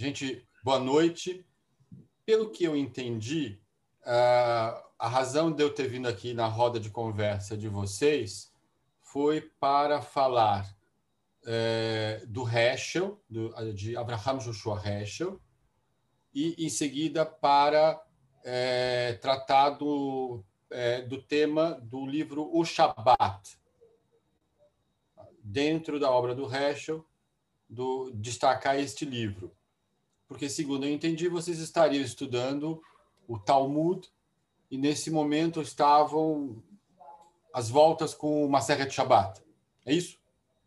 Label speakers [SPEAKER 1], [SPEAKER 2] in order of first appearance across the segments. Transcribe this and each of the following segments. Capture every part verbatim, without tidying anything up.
[SPEAKER 1] Gente, boa noite. Pelo que eu entendi, a razão de eu ter vindo aqui na roda de conversa de vocês foi para falar é, do Heschel, do, de Abraham Joshua Heschel, e, em seguida, para é, tratar do, é, do tema do livro O Shabat, dentro da obra do Heschel, do, destacar este livro. Porque, segundo eu entendi, vocês estariam estudando o Talmud e, nesse momento, estavam às voltas com o Masechet Shabbat. É isso?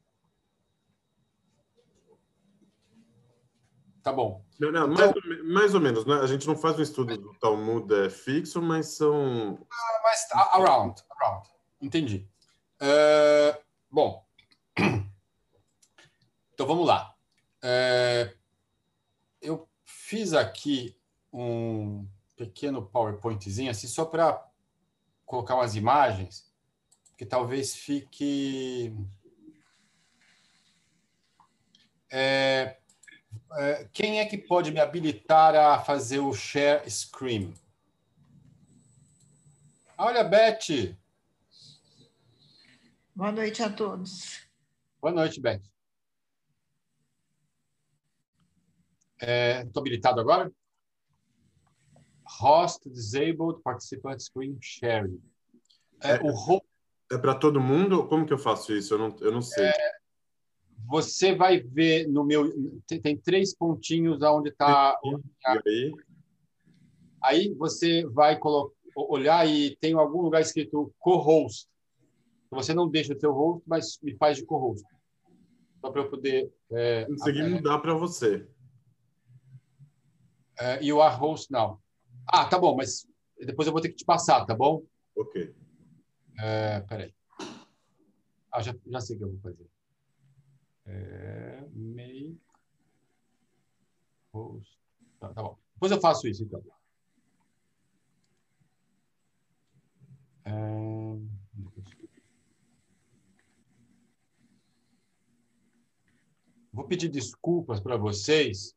[SPEAKER 1] Tá bom.
[SPEAKER 2] Não, não, então, mais, mais ou menos, né? A gente não faz um estudo do Talmud é, fixo, mas são...
[SPEAKER 1] Ah, mas around, around. Entendi. Uh, bom, então vamos lá. Uh, eu fiz aqui um pequeno PowerPointzinho, assim, só para colocar umas imagens, que talvez fique... É, é, quem é que pode me habilitar a fazer o share screen? Olha, Beth.
[SPEAKER 3] Boa noite a todos.
[SPEAKER 1] Boa noite, Beth. Estou é, habilitado agora? Host disabled participant screen sharing. É,
[SPEAKER 2] é,
[SPEAKER 1] o
[SPEAKER 2] é para todo mundo? Como que eu faço isso? Eu não, eu não sei.
[SPEAKER 1] É, você vai ver no meu... Tem, tem três pontinhos onde está...
[SPEAKER 2] E aí?
[SPEAKER 1] Aí você vai colocar, olhar e tem algum lugar escrito co-host. Você não deixa o seu host, mas me faz de co-host. Só para eu poder... É,
[SPEAKER 2] Consegui
[SPEAKER 1] é,
[SPEAKER 2] mudar para você.
[SPEAKER 1] É, you are host now. Ah, tá bom, mas depois eu vou ter que te passar, tá bom?
[SPEAKER 2] Ok.
[SPEAKER 1] É, peraí. Ah, já, já sei o que eu vou fazer. É, make host. Tá, tá bom. Depois eu faço isso, então. É, vou pedir desculpas para vocês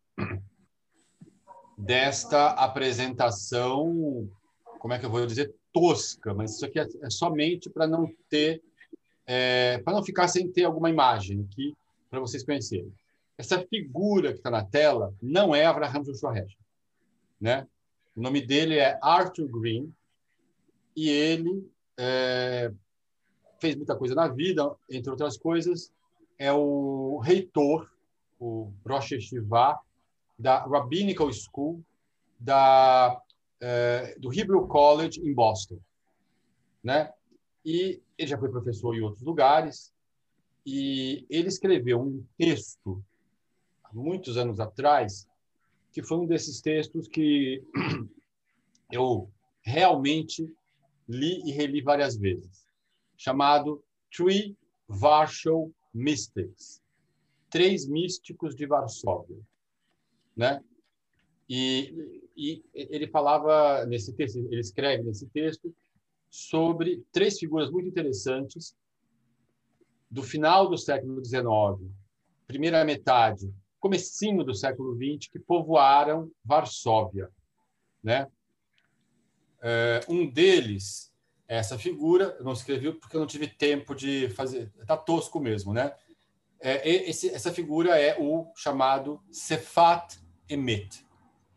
[SPEAKER 1] desta apresentação, como é que eu vou dizer, tosca, mas isso aqui é, é somente para não ter, é, para não ficar sem ter alguma imagem aqui para vocês conhecerem. Essa figura que está na tela não é Abraham Joshua Heschel, né? O nome dele é Arthur Green e ele é, fez muita coisa na vida, entre outras coisas, é o reitor, o Rosh Yeshiva, da Rabbinical School da, é, do Hebrew College em Boston, né? E ele já foi professor em outros lugares e ele escreveu um texto há muitos anos atrás que foi um desses textos que eu realmente li e reli várias vezes, chamado Three Warsaw Mystics, Três Místicos de Varsóvia, né? E, e ele falava nesse texto, ele escreve nesse texto sobre três figuras muito interessantes do final do século dezenove, primeira metade, comecinho do século vinte, que povoaram Varsóvia, né? É, um deles, essa figura, eu não escrevi porque eu não tive tempo de fazer, está tosco mesmo, né? É, esse, essa figura é o chamado Sefat Emet.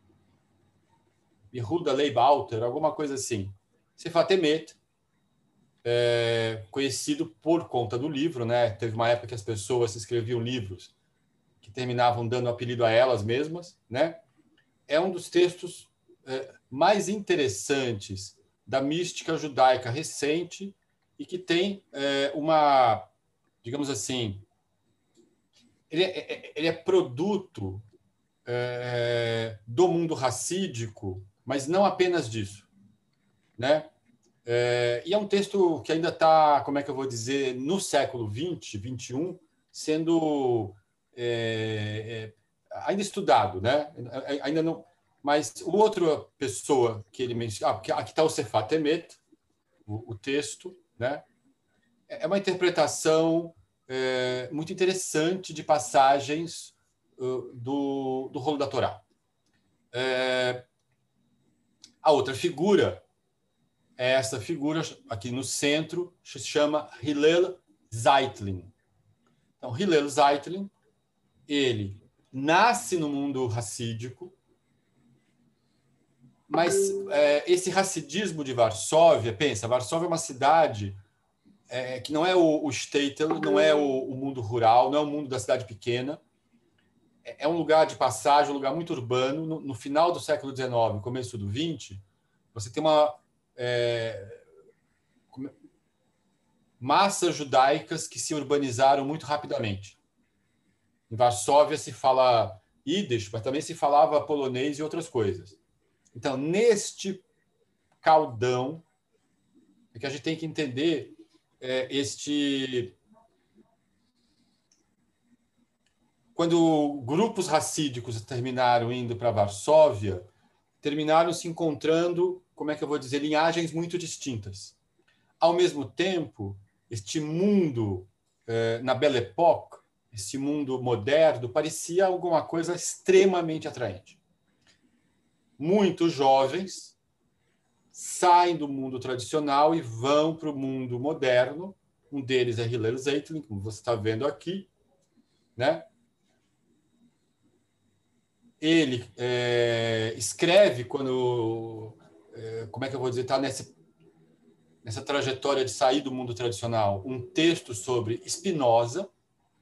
[SPEAKER 1] Yehuda Leib Alter, alguma coisa assim. Sefat Emet, é, conhecido por conta do livro, né? Teve uma época que as pessoas escreviam livros que terminavam dando apelido a elas mesmas, né? É um dos textos é, mais interessantes da mística judaica recente e que tem é, uma, digamos assim, ele é, ele é produto é, do mundo racídico, mas não apenas disso, né? É, e é um texto que ainda está, como é que eu vou dizer, no século vinte, vinte e um, sendo é, é, ainda estudado, né? Ainda não, mas outra pessoa que ele menciona, ah, aqui está o Sefat Emet, o, o texto, né? É uma interpretação é, muito interessante de passagens uh, do, do rolo da Torá. É, a outra figura é essa figura aqui no centro, se chama Hillel Zeitlin. Então, Hillel Zeitlin, ele nasce no mundo racídico, mas é, esse racidismo de Varsóvia, pensa, Varsóvia é uma cidade é, que não é o, o shtetl, não é o, o mundo rural, não é o mundo da cidade pequena, é, é um lugar de passagem, um lugar muito urbano. No, no final do século dezenove, começo do vinte, você tem uma é, massas judaicas que se urbanizaram muito rapidamente. Em Varsóvia se fala Yiddish, mas também se falava polonês e outras coisas. Então, neste caldão, é que a gente tem que entender é, este... Quando grupos racídicos terminaram indo para Varsóvia, terminaram se encontrando, como é que eu vou dizer, linhagens muito distintas. Ao mesmo tempo, este mundo, eh, na Belle Époque, esse mundo moderno, parecia alguma coisa extremamente atraente. Muitos jovens saem do mundo tradicional e vão para o mundo moderno. Um deles é Hillel Zeitlin, como você está vendo aqui, né? Ele é, escreve quando, é, como é que eu vou dizer, está nessa, nessa trajetória de sair do mundo tradicional, um texto sobre Spinoza,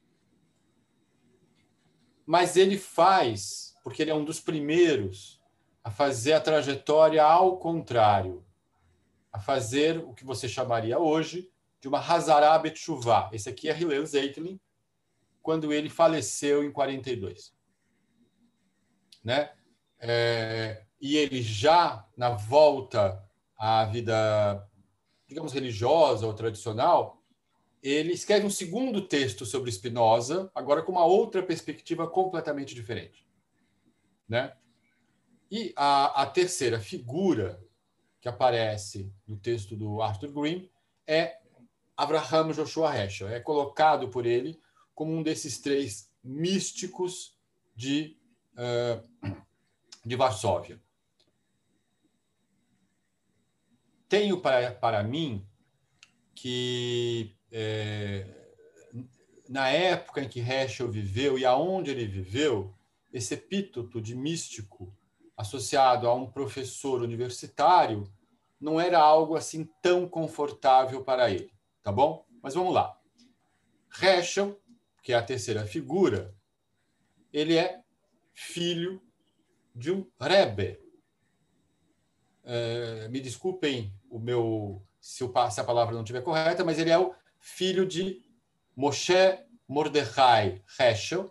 [SPEAKER 1] mas ele faz, porque ele é um dos primeiros a fazer a trajetória ao contrário, a fazer o que você chamaria hoje de uma Hazará Betshuvá. Esse aqui é Hillel Zeitlin, quando ele faleceu em quarenta e dois. Né? É, e ele já, na volta à vida, digamos, religiosa ou tradicional, ele escreve um segundo texto sobre Spinoza, agora com uma outra perspectiva completamente diferente. Né? E a, a terceira figura que aparece no texto do Arthur Green é Avraham Joshua Heschel. É colocado por ele como um desses três místicos de, uh, de Varsóvia. Tenho para, para mim que é, na época em que Heschel viveu e aonde ele viveu, esse epíteto de místico associado a um professor universitário não era algo assim tão confortável para ele, tá bom? Mas vamos lá. Heschel, que é a terceira figura, ele é filho de um Rebbe. É, me desculpem o meu, se, o, se a palavra não estiver correta, mas ele é o filho de Moshe Mordechai Heschel,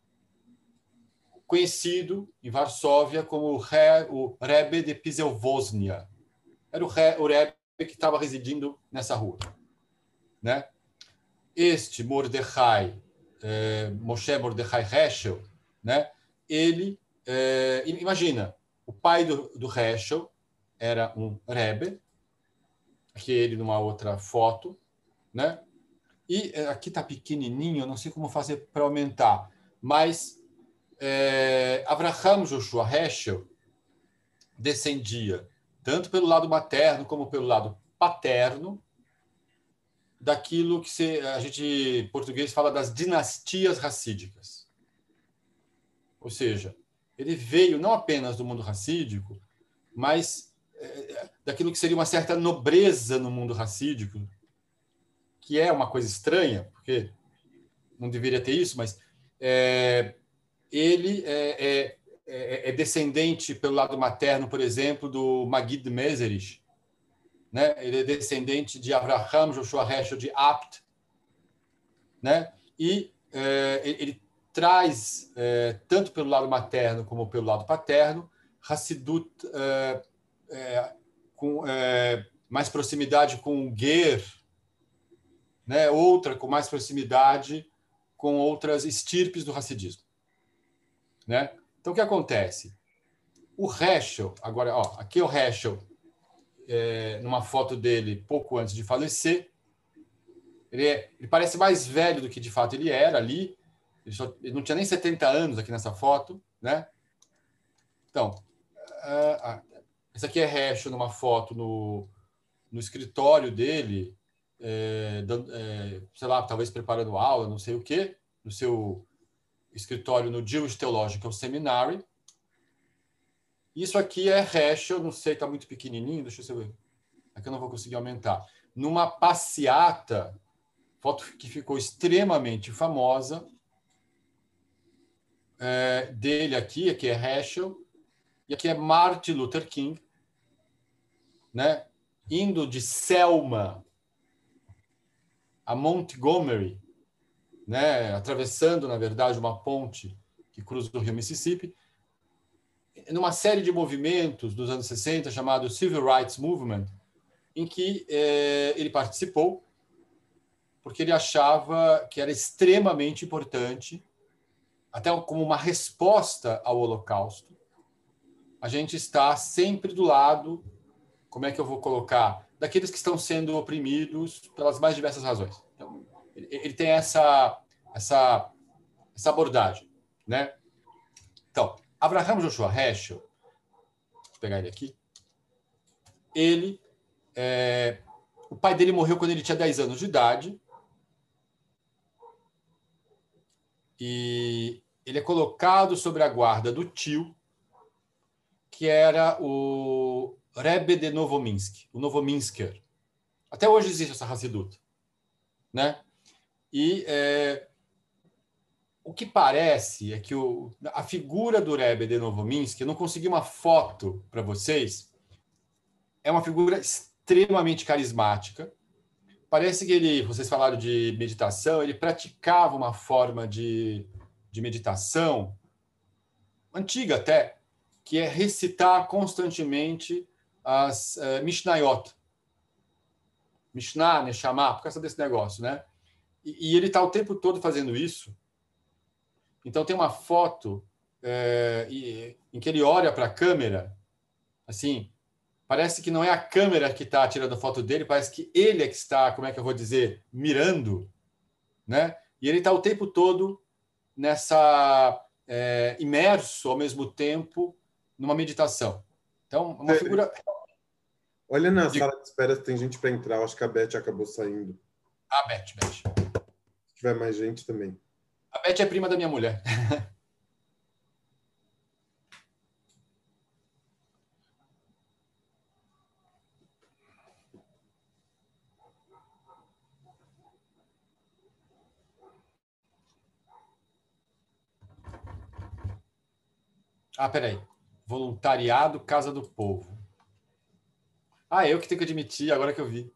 [SPEAKER 1] conhecido em Varsóvia como o, Re, o Rebbe de Piselvoznia. Era o, Re, o Rebbe que estava residindo nessa rua. Né? Este Mordechai, eh, Moshe Mordechai Heschel, né? Ele, eh, imagina, o pai do, do Heschel era um Rebbe, aqui ele numa outra foto, né? E aqui está pequenininho, eu não sei como fazer para aumentar, mas é, Avraham Joshua Heschel descendia tanto pelo lado materno como pelo lado paterno daquilo que se, a gente, em português, fala das dinastias racídicas. Ou seja, ele veio não apenas do mundo racídico, mas é, daquilo que seria uma certa nobreza no mundo racídico, que é uma coisa estranha, porque não deveria ter isso, mas é, ele é, é, é, descendente pelo lado materno, por exemplo, do Magid Mezerich, né? Ele é descendente de Avraham Joshua Heschel de Apt, né? E é, ele traz, é, tanto pelo lado materno como pelo lado paterno, Hassidut é, é, com é, mais proximidade com o Ger, né? Outra com mais proximidade com outras estirpes do hassidismo. Né? Então, o que acontece? O Heschel, agora, ó, aqui é o Heschel, é, numa foto dele pouco antes de falecer. Ele, é, ele parece mais velho do que de fato ele era ali. Ele, só, ele não tinha nem setenta anos aqui nessa foto. né? Então, uh, uh, esse aqui é Heschel numa foto no, no escritório dele, é, dando, é, sei lá, talvez preparando aula, não sei o quê, no seu escritório no Jewish Theological Seminary. Isso aqui é Heschel, não sei, está muito pequenininho, deixa eu ver. Aqui eu não vou conseguir aumentar. Numa passeata, foto que ficou extremamente famosa, é, dele aqui, aqui é Heschel, e aqui é Martin Luther King, né? Indo de Selma a Montgomery, né? Atravessando, na verdade, uma ponte que cruza o rio Mississippi, numa série de movimentos dos anos sessenta, chamado Civil Rights Movement, em que eh, ele participou, porque ele achava que era extremamente importante, até como uma resposta ao Holocausto, a gente está sempre do lado, como é que eu vou colocar, daqueles que estão sendo oprimidos pelas mais diversas razões. Então, ele tem essa, essa, essa abordagem, né? Então, Abraham Joshua Heschel, vou pegar ele aqui, ele, é, o pai dele morreu quando ele tinha dez anos de idade, e ele é colocado sob a guarda do tio, que era o Rebbe de Novominsk, o Novominsker. Até hoje existe essa Hassidut, né? E é, o que parece é que o, a figura do Rebbe de Novominsk, eu não consegui uma foto para vocês, é uma figura extremamente carismática. Parece que ele, vocês falaram de meditação, ele praticava uma forma de, de meditação antiga até, que é recitar constantemente as uh, Mishnayot. Mishnah, Neshama, por causa desse negócio, né? E, e ele está o tempo todo fazendo isso. Então tem uma foto é, e, em que ele olha para a câmera, assim, parece que não é a câmera que está tirando a foto dele, parece que ele é que está, como é que eu vou dizer, mirando, né? E ele está o tempo todo nessa é, imerso ao mesmo tempo numa meditação. Então, uma figura.
[SPEAKER 2] Olha na de... sala de espera se tem gente para entrar. Eu acho que a Beth acabou saindo.
[SPEAKER 1] Ah, Beth, Beth.
[SPEAKER 2] Se tiver mais gente também.
[SPEAKER 1] A Beth é prima da minha mulher. Ah, peraí. Voluntariado Casa do Povo. Ah, eu que tenho que admitir, agora que eu vi.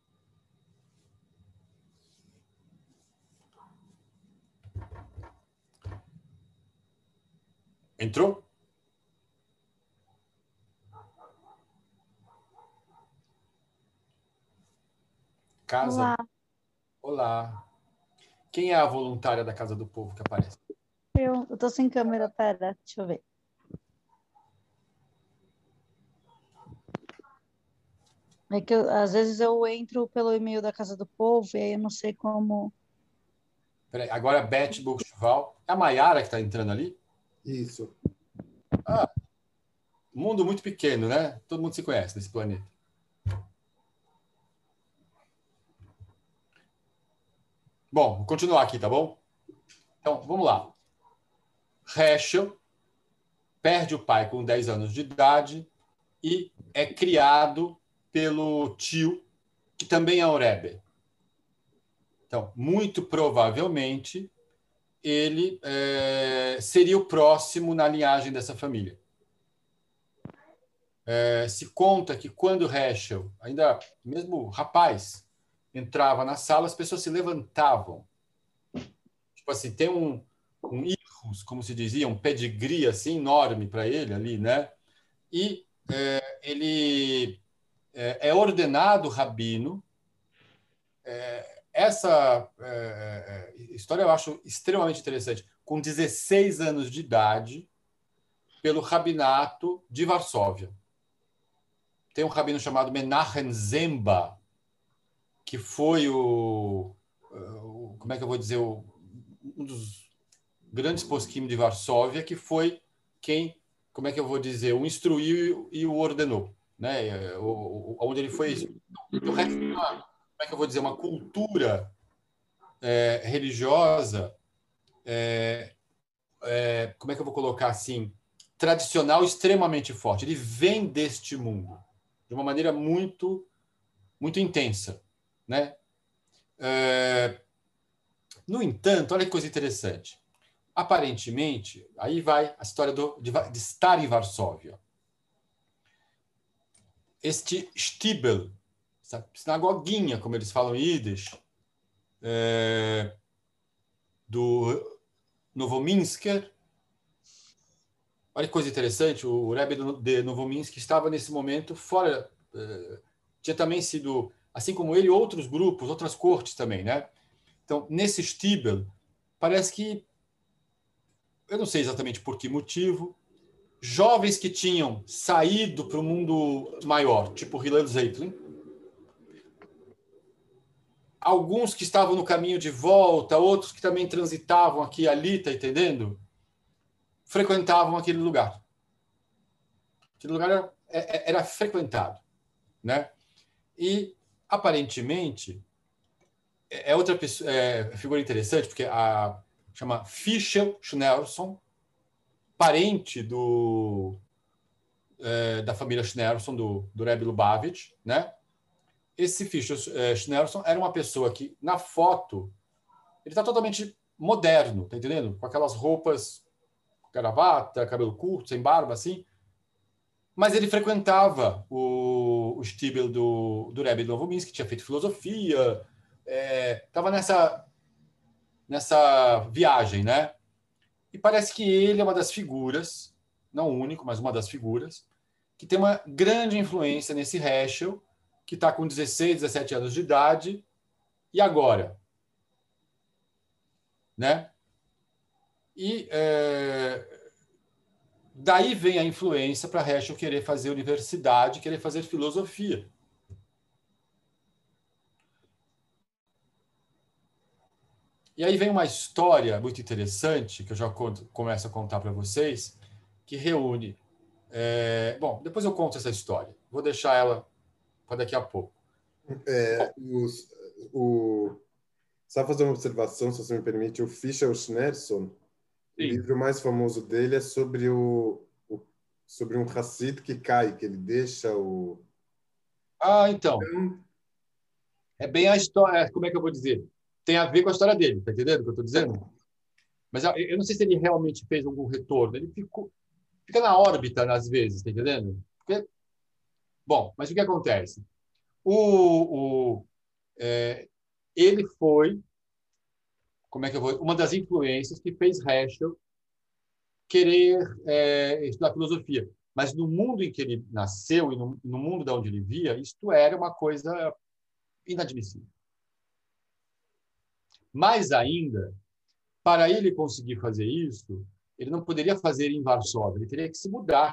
[SPEAKER 1] Entrou? Casa.
[SPEAKER 3] Olá.
[SPEAKER 1] Olá. Quem é a voluntária da Casa do Povo que aparece?
[SPEAKER 3] Eu, eu tô sem câmera, pera, deixa eu ver. É que eu, às vezes eu entro pelo e-mail da Casa do Povo e aí eu não sei como.
[SPEAKER 1] Peraí, agora a Beth Burchival. É a Maiara que está entrando ali?
[SPEAKER 2] Isso.
[SPEAKER 1] Ah, mundo muito pequeno, né? Todo mundo se conhece nesse planeta. Bom, vou continuar aqui, tá bom? Então, vamos lá. Heschel perde o pai com dez anos de idade e é criado pelo tio, que também é um Rebbe. Então, muito provavelmente, ele é, seria o próximo na linhagem dessa família. É, se conta que quando Heschel, ainda mesmo rapaz, entrava na sala, as pessoas se levantavam. Tipo assim, tem um, um irrus, como se dizia, um pedigree assim, enorme para ele ali, né? E é, ele é, é ordenado rabino. É, essa é, história eu acho extremamente interessante. Com dezesseis anos de idade, pelo rabinato de Varsóvia. Tem um rabino chamado Menachem Zemba, que foi o, o como é que eu vou dizer, o, um dos grandes posquim de Varsóvia, que foi quem, como é que eu vou dizer, o instruiu e o ordenou, né? O, o, onde ele foi. O resto, como é que eu vou dizer, uma cultura é, religiosa, é, é, como é que eu vou colocar assim, tradicional, extremamente forte. Ele vem deste mundo de uma maneira muito, muito intensa, né? É, no entanto, olha que coisa interessante. Aparentemente, aí vai a história do, de, de estar em Varsóvia. Este Stiebel, essa sinagoguinha, como eles falam em Yiddish, é, do Novominsker. Olha que coisa interessante, o Rebbe de Novominsk estava nesse momento fora, é, tinha também sido, assim como ele, outros grupos, outras cortes também, né? Então, nesse Stiebel, parece que, eu não sei exatamente por que motivo, jovens que tinham saído para o mundo maior, tipo Hillel Zeitlin, alguns que estavam no caminho de volta, outros que também transitavam aqui e ali, tá entendendo? Frequentavam aquele lugar. Aquele lugar era, era frequentado, né? E, aparentemente, é outra pessoa, é, figura interessante, porque a chama Fischel Schneerson, parente do, é, da família Schneerson, do, do Rebbe Lubavitch, né? Esse Fischel é, Schneerson era uma pessoa que, na foto, ele está totalmente moderno, tá entendendo? Com aquelas roupas, gravata, cabelo curto, sem barba, assim. Mas ele frequentava o, o Stiebel do, do Rebbe Novominsk, que tinha feito filosofia, estava é, nessa, nessa viagem, né? E parece que ele é uma das figuras, não o único, mas uma das figuras, que tem uma grande influência nesse Heschel, que está com dezesseis, dezessete anos de idade, e agora? Né? E é, daí vem a influência para Heschel querer fazer universidade, querer fazer filosofia. E aí vem uma história muito interessante, que eu já conto, começo a contar para vocês, que reúne... É, bom, depois eu conto essa história. Vou deixar ela para daqui a pouco.
[SPEAKER 2] É, os, o, só fazer uma observação, se você me permite. O Fischel Schneerson, o livro mais famoso dele é sobre o, o sobre um Hassid que cai, que ele deixa o...
[SPEAKER 1] Ah, então. É bem a história, como é que eu vou dizer? Tem a ver com a história dele, tá entendendo o que eu estou dizendo? Mas eu não sei se ele realmente fez algum retorno. Ele ficou, fica na órbita, às vezes, tá entendendo? Porque, bom, mas o que acontece? O, o, é, ele foi, como é que eu vou, uma das influências que fez Heschel querer é, estudar filosofia. Mas no mundo em que ele nasceu e no, no mundo de onde ele via, isto era uma coisa inadmissível. Mais ainda, para ele conseguir fazer isso, ele não poderia fazer em Varsóvia, ele teria que se mudar.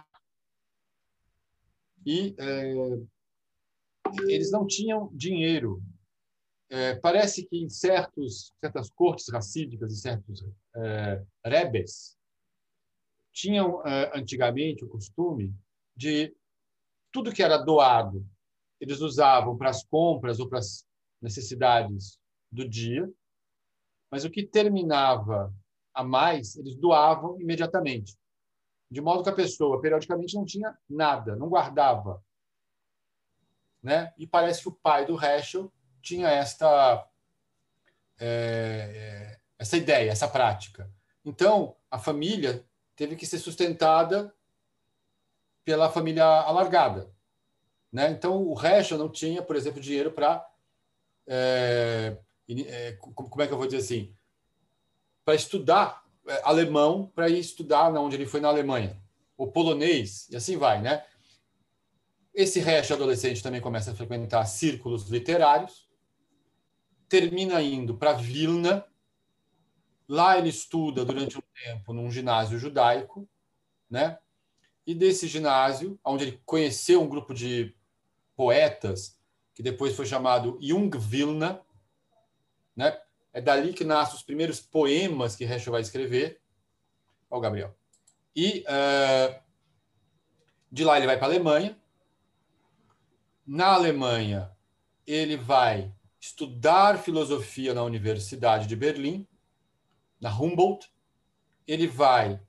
[SPEAKER 1] E é, eles não tinham dinheiro. É, parece que em certos, certas cortes racídicas e certos é, rebes tinham é, antigamente o costume de tudo que era doado, eles usavam para as compras ou para as necessidades do dia, mas o que terminava a mais, eles doavam imediatamente. De modo que a pessoa, periodicamente, não tinha nada, não guardava. Né? E parece que o pai do Heschel tinha esta, é, essa ideia, essa prática. Então, a família teve que ser sustentada pela família alargada. Né? Então, o Heschel não tinha, por exemplo, dinheiro para... É, é, como é que eu vou dizer assim? Para estudar é, alemão, para ir estudar onde ele foi na Alemanha. O polonês, e assim vai, né? Esse Heschel adolescente também começa a frequentar círculos literários, termina indo para Vilna. Lá ele estuda durante um tempo num ginásio judaico, né? E desse ginásio, onde ele conheceu um grupo de poetas, que depois foi chamado Jungvilna, né? É dali que nascem os primeiros poemas que Heschel vai escrever. Ó, Gabriel. E uh, de lá ele vai para a Alemanha. Na Alemanha, ele vai estudar filosofia na Universidade de Berlim, na Humboldt. Ele vai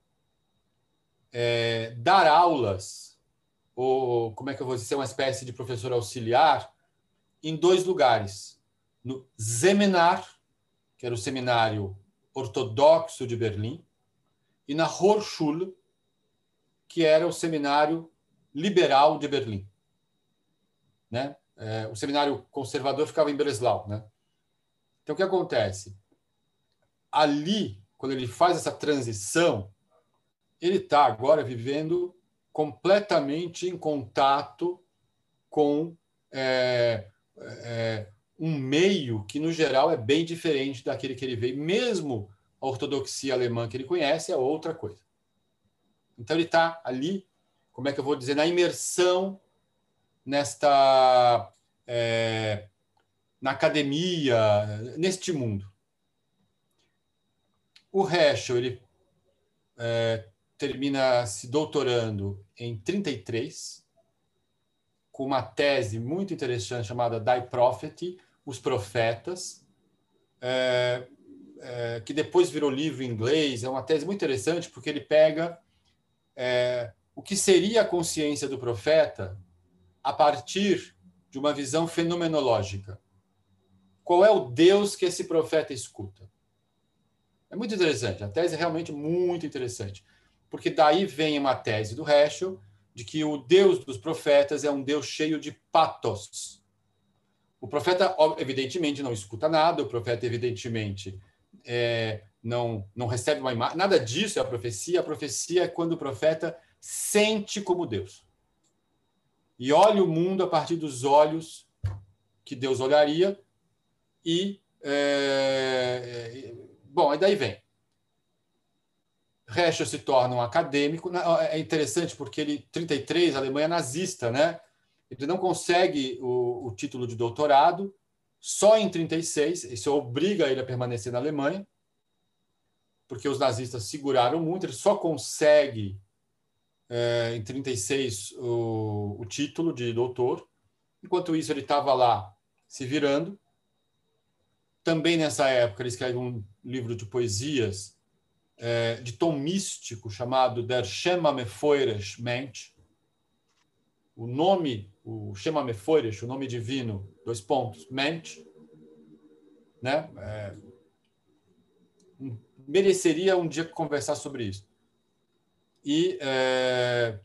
[SPEAKER 1] é, dar aulas, ou como é que eu vou dizer, uma espécie de professor auxiliar, em dois lugares. No Seminar, que era o seminário ortodoxo de Berlim, e na Hochschule, que era o seminário liberal de Berlim. Né? É, o seminário conservador ficava em Breslau. Né? Então, o que acontece? Ali, quando ele faz essa transição, ele está agora vivendo completamente em contato com é, é, um meio que, no geral, é bem diferente daquele que ele veio. Mesmo a ortodoxia alemã que ele conhece é outra coisa. Então, ele está ali, como é que eu vou dizer, na imersão nesta... É, na academia, neste mundo. O Heschel, ele é, termina se doutorando em trinta e três, com uma tese muito interessante chamada Die Propheti, Os Profetas, é, é, que depois virou livro em inglês. É uma tese muito interessante porque ele pega é, o que seria a consciência do profeta a partir de uma visão fenomenológica. Qual é o Deus que esse profeta escuta? É muito interessante, a tese é realmente muito interessante, porque daí vem uma tese do Heschel de que o Deus dos profetas é um Deus cheio de patos. O profeta, evidentemente, não escuta nada, o profeta, evidentemente, é, não, não recebe uma imagem, nada disso é a profecia. A profecia é quando o profeta sente como Deus e olha o mundo a partir dos olhos que Deus olharia. E, é, bom, e daí vem. Heschel se torna um acadêmico. É interessante porque ele, em trinta e três, a Alemanha nazista, né? Ele não consegue o, o título de doutorado. Só em trinta e seis, isso obriga ele a permanecer na Alemanha, porque os nazistas seguraram muito. Ele só consegue, é, em trinta e seis, o, o título de doutor. Enquanto isso, ele estava lá se virando. Também nessa época, ele escreve um livro de poesias é, de tom místico chamado Der Schema Mefoires Mensch. O nome, o Schema Mefoires, o nome divino, dois pontos, Mensch, né? É, mereceria um dia conversar sobre isso. E é,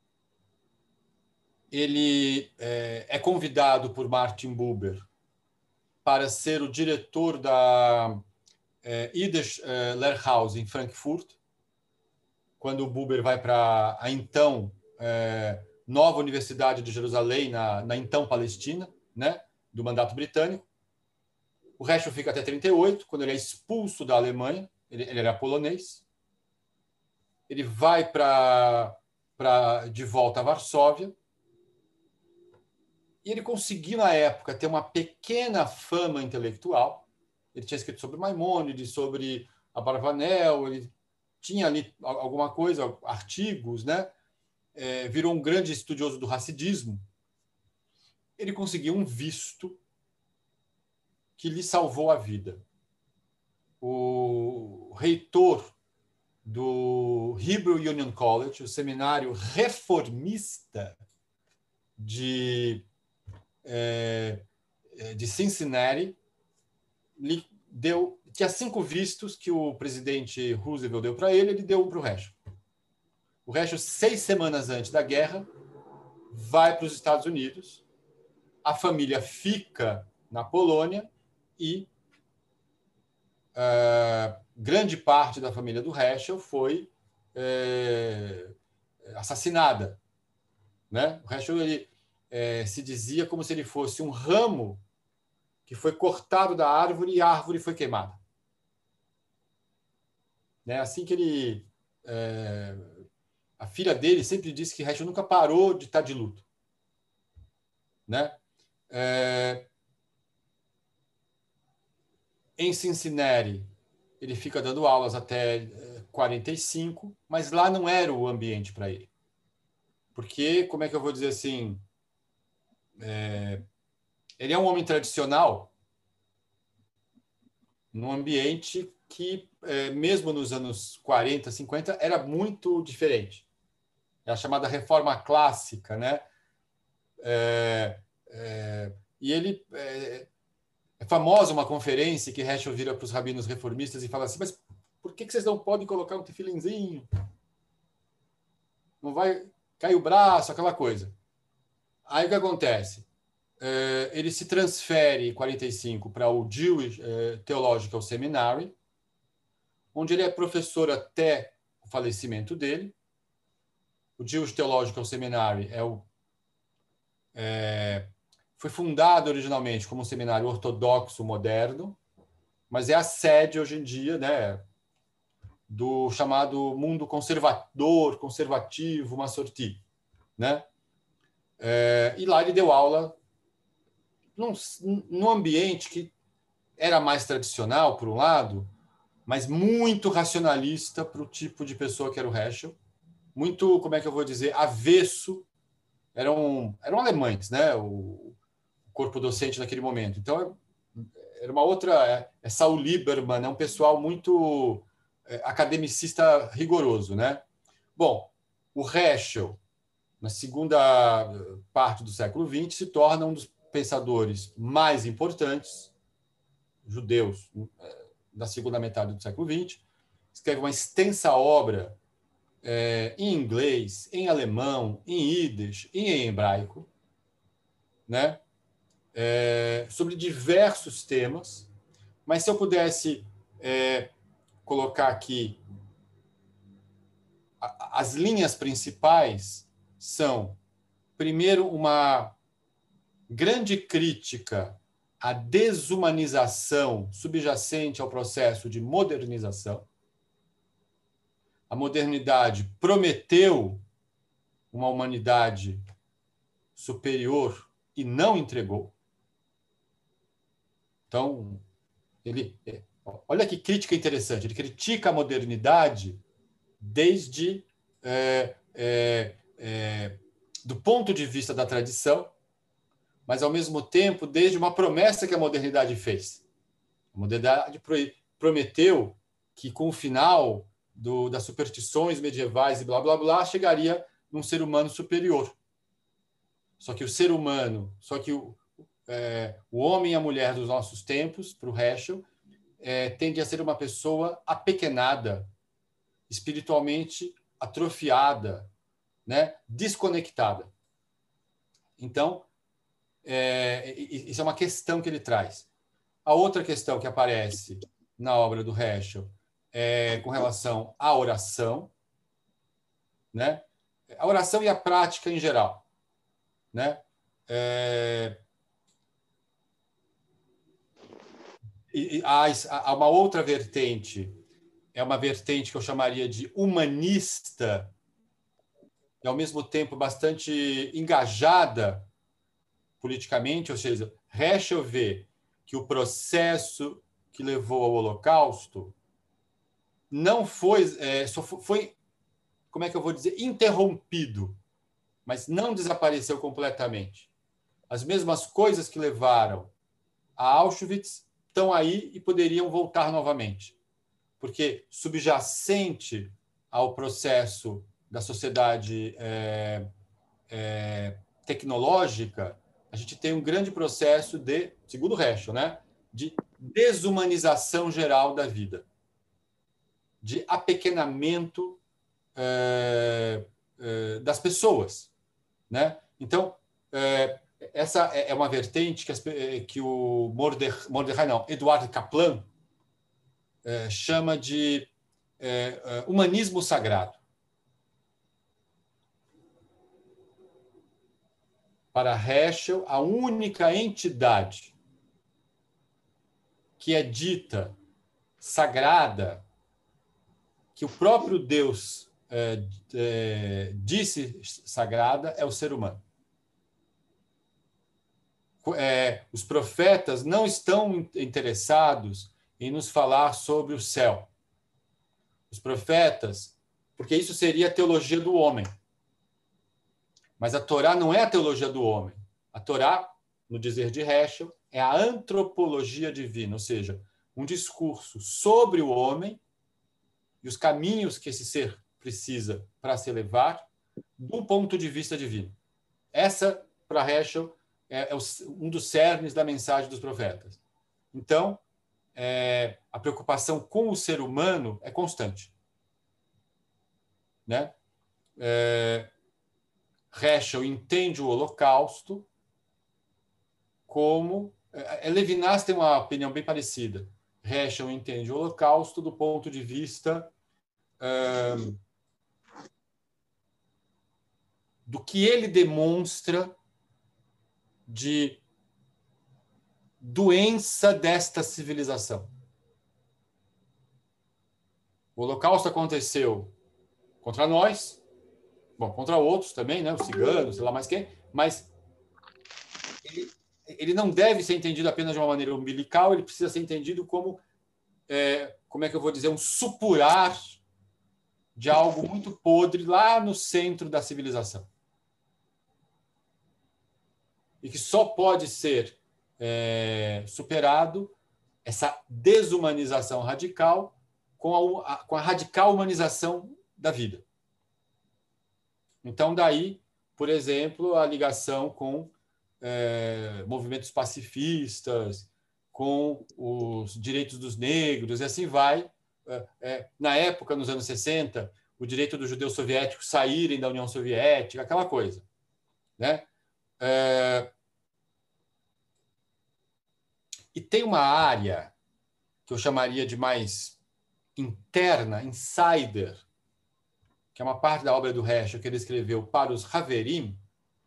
[SPEAKER 1] ele é, é convidado por Martin Buber para ser o diretor da é, Yiddish é, Lehrhaus em Frankfurt, quando o Buber vai para a então é, nova Universidade de Jerusalém, na, na então Palestina, né, do mandato britânico. O Heschel fica até trinta e oito, quando ele é expulso da Alemanha. Ele, ele era polonês. Ele vai para de volta a Varsóvia. E ele conseguiu, na época, ter uma pequena fama intelectual. Ele tinha escrito sobre Maimônides, sobre Abarvanel, ele tinha ali alguma coisa, artigos, né? É, virou um grande estudioso do racidismo. Ele conseguiu um visto que lhe salvou a vida. O reitor do Hebrew Union College, o seminário reformista de, é, de Cincinnati, lhe deu, tinha cinco vistos que o presidente Roosevelt deu para ele, ele deu um para o Heschel. O Heschel, seis semanas antes da guerra, vai para os Estados Unidos, a família fica na Polônia e uh, grande parte da família do Heschel foi é, assassinada. Né? O Heschel ele, é, se dizia como se ele fosse um ramo que foi cortado da árvore e a árvore foi queimada. Né? Assim que ele... É, a filha dele sempre disse que Heschel nunca parou de estar de luto. Né? É, em Cincinnati, ele fica dando aulas até quarenta e cinco, mas lá não era o ambiente para ele. Porque, como é que eu vou dizer assim, é, ele é um homem tradicional num ambiente que, é, mesmo nos anos quarenta, cinquenta, era muito diferente. É a chamada reforma clássica, né? É, é, e ele é, é famosa uma conferência que Heschel vira para os rabinos reformistas e fala assim: mas por que vocês não podem colocar um tefilinzinho? Não vai cair o braço, aquela coisa. Aí o que acontece? É, ele se transfere em quarenta e cinco para o Jewish Theological Seminary, onde ele é professor até o falecimento dele. O Jewish Theological Seminary é o, é, foi fundado originalmente como um seminário ortodoxo moderno, mas é a sede hoje em dia, né, do chamado mundo conservador, conservativo, Massorti, né? É, e lá ele deu aula num, num ambiente que era mais tradicional, por um lado, mas muito racionalista para o tipo de pessoa que era o Heschel, muito, como é que eu vou dizer, avesso. Eram, eram alemães, né? O corpo docente naquele momento. Então, era uma outra... É, é Saul Lieberman, é um pessoal muito é, academicista rigoroso, né? Bom, o Heschel, na segunda parte do século vinte, se torna um dos pensadores mais importantes judeus da segunda metade do século vinte. Escreve uma extensa obra é, em inglês, em alemão, em Yiddish e em hebraico, né? É, sobre diversos temas. Mas se eu pudesse é, colocar aqui a, as linhas principais são, primeiro, uma grande crítica à desumanização subjacente ao processo de modernização. A modernidade prometeu uma humanidade superior e não entregou. Então, ele, olha que crítica interessante, ele critica a modernidade desde é, é, é, do ponto de vista da tradição, mas, ao mesmo tempo, desde uma promessa que a modernidade fez. A modernidade prometeu que, com o final do, das superstições medievais e blá, blá, blá, chegaria num ser humano superior. Só que o ser humano, só que o, é, o homem e a mulher dos nossos tempos, para o Heschel, é, tende a ser uma pessoa apequenada, espiritualmente atrofiada, né? Desconectada. Então, é, isso é uma questão que ele traz. A outra questão que aparece na obra do Heschel é com relação à oração, né? A oração e a prática em geral, né? É... E, e há, há uma outra vertente, é uma vertente que eu chamaria de humanista, e ao mesmo tempo bastante engajada politicamente, ou seja, Heschel vê que o processo que levou ao Holocausto não foi, é, só foi, como é que eu vou dizer, interrompido, mas não desapareceu completamente. As mesmas coisas que levaram a Auschwitz estão aí e poderiam voltar novamente, porque subjacente ao processo da sociedade é, é, tecnológica, a gente tem um grande processo de, segundo Heschel, né, de desumanização geral da vida, de apequenamento é, é, das pessoas, né? Então, é, essa é uma vertente que, as, que o Mordechai, Mordechai não, Eduard Kaplan é, chama de é, humanismo sagrado. Para Heschel, a única entidade que é dita sagrada, que o próprio Deus é, é, disse sagrada, é o ser humano. É, os profetas não estão interessados em nos falar sobre o céu. os profetas, porque isso seria a teologia do homem. Mas a Torá não é a teologia do homem. A Torá, no dizer de Heschel, é a antropologia divina, ou seja, um discurso sobre o homem e os caminhos que esse ser precisa para se elevar do ponto de vista divino. Essa, para Heschel, é, é um dos cernes da mensagem dos profetas. Então, é, a preocupação com o ser humano é constante. Né? É, Heschel entende o Holocausto como... É, Levinas tem uma opinião bem parecida. Heschel entende o Holocausto do ponto de vista hum, do que ele demonstra de doença desta civilização. O Holocausto aconteceu contra nós, bom, contra outros também, né, os ciganos, sei lá mais quem, mas ele, ele não deve ser entendido apenas de uma maneira umbilical, ele precisa ser entendido como, é, como é que eu vou dizer, um supurar de algo muito podre lá no centro da civilização. E que só pode ser é, superado, essa desumanização radical, com a, a, com a radical humanização da vida. Então, daí, por exemplo, a ligação com é, movimentos pacifistas, com os direitos dos negros, e assim vai. É, é, na época, nos anos sessenta, o direito dos judeus soviéticos saírem da União Soviética, aquela coisa. Né? É, e tem uma área que eu chamaria de mais interna, insider, que é uma parte da obra do Heschel que ele escreveu para os Haverim,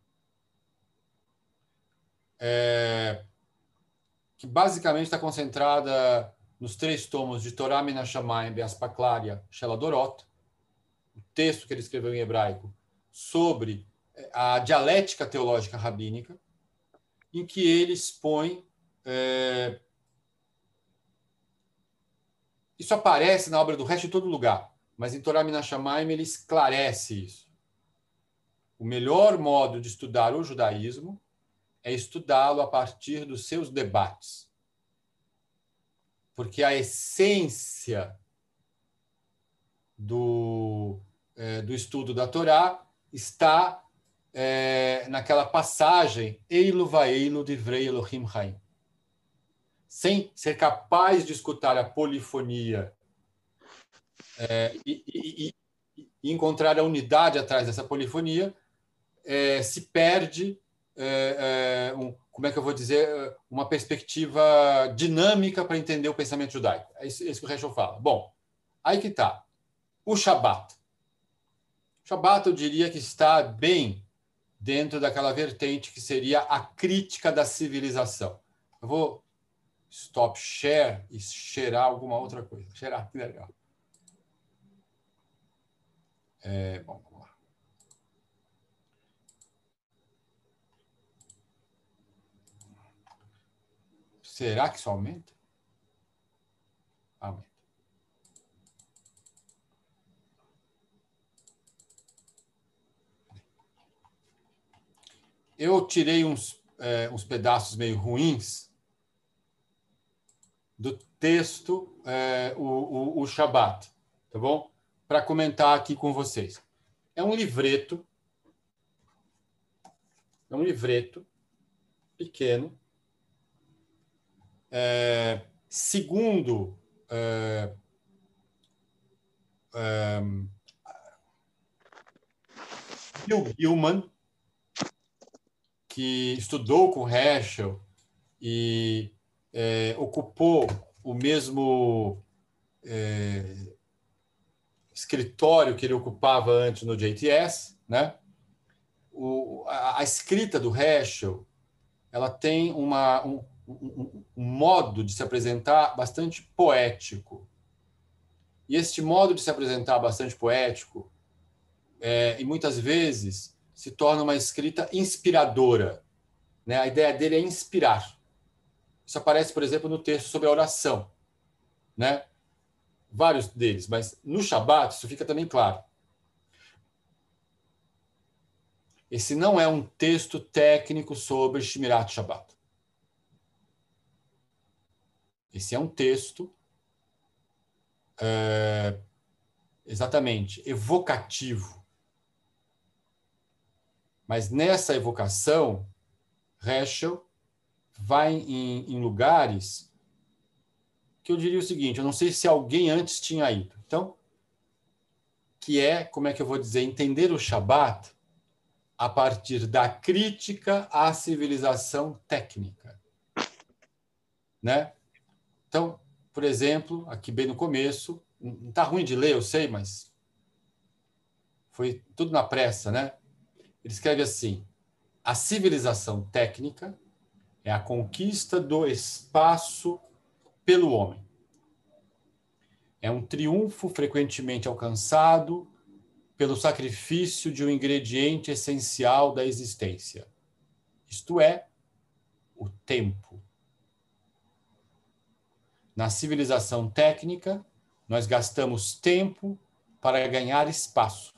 [SPEAKER 1] é, que basicamente está concentrada nos três tomos de Torá Min HaShamayim Be'aspaklaria Sheladorot, o texto que ele escreveu em hebraico sobre a dialética teológica rabínica, em que ele expõe... É, isso aparece na obra do Heschel em todo lugar, mas em Torá Min HaShamayim ele esclarece isso. O melhor modo de estudar o judaísmo é estudá-lo a partir dos seus debates. Porque a essência do, é, do estudo da Torá está é, naquela passagem Eilu va'eilu divrei Elohim Chaim. Sem ser capaz de escutar a polifonia é, e, e, e encontrar a unidade atrás dessa polifonia, é, se perde, é, é, um, como é que eu vou dizer, uma perspectiva dinâmica para entender o pensamento judaico. É isso, é isso que o Heschel fala. Bom, aí que está. O Shabat. O Shabat, eu diria que está bem dentro daquela vertente que seria a crítica da civilização. Eu vou stop share e cheirar alguma outra coisa. Cheirar, que legal. É, bom, vamos lá. Será que isso aumenta? Aumenta. Eu tirei uns, é, uns pedaços meio ruins do texto, é, o, o, o Shabat, tá bom? Para comentar aqui com vocês. É um livreto, é um livreto pequeno, é, segundo é, é, Bill Gilman, que estudou com Heschel e é, ocupou o mesmo é, escritório que ele ocupava antes no J T S, né? O, a, a escrita do Heschel, ela tem uma, um, um, um modo de se apresentar bastante poético. E este modo de se apresentar bastante poético, é, e muitas vezes se torna uma escrita inspiradora, né? A ideia dele é inspirar. Isso aparece, por exemplo, no texto sobre a oração, né? vários deles, mas no Shabat isso fica também claro. Esse não é um texto técnico sobre Shmirat Shabbat. Esse é um texto é, exatamente evocativo. Mas nessa evocação, Heschel vai em, em lugares que eu diria o seguinte, eu não sei se alguém antes tinha ido. Então, que é, como é que eu vou dizer, entender o Shabat a partir da crítica à civilização técnica, né? Então, por exemplo, aqui bem no começo, não está ruim de ler, eu sei, mas foi tudo na pressa, né? Ele escreve assim: a civilização técnica é a conquista do espaço pelo homem. É um triunfo frequentemente alcançado pelo sacrifício de um ingrediente essencial da existência, isto é, o tempo. Na civilização técnica, nós gastamos tempo para ganhar espaço.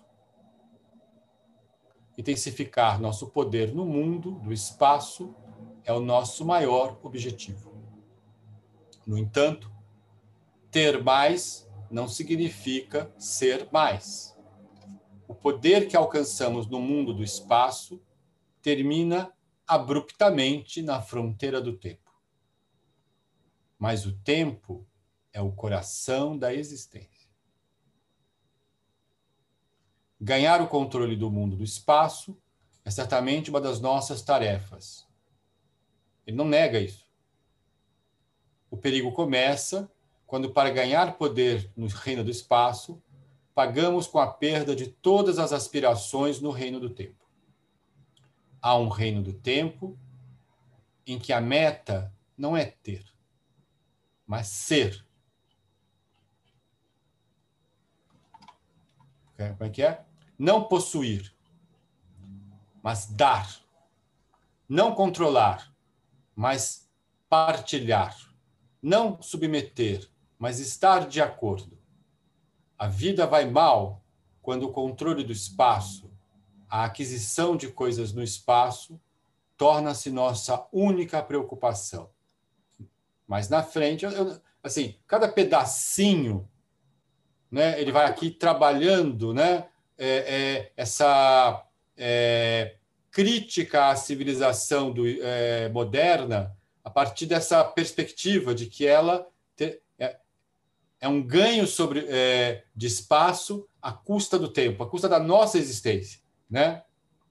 [SPEAKER 1] Intensificar nosso poder no mundo do espaço é o nosso maior objetivo. No entanto, ter mais não significa ser mais. O poder que alcançamos no mundo do espaço termina abruptamente na fronteira do tempo. Mas o tempo é o coração da existência. Ganhar o controle do mundo do espaço é certamente uma das nossas tarefas. Ele não nega isso. O perigo começa quando, para ganhar poder no reino do espaço, pagamos com a perda de todas as aspirações no reino do tempo. Há um reino do tempo em que a meta não é ter, mas ser. Como é que é? Não possuir, mas dar. Não controlar, mas partilhar. Não submeter, mas estar de acordo. A vida vai mal quando o controle do espaço, a aquisição de coisas no espaço, torna-se nossa única preocupação. Mas na frente, eu, assim, cada pedacinho, né, ele vai aqui trabalhando, né, é, é, essa é, crítica à civilização do, é, moderna a partir dessa perspectiva de que ela te, é, é um ganho sobre, é, de espaço à custa do tempo, à custa da nossa existência, né?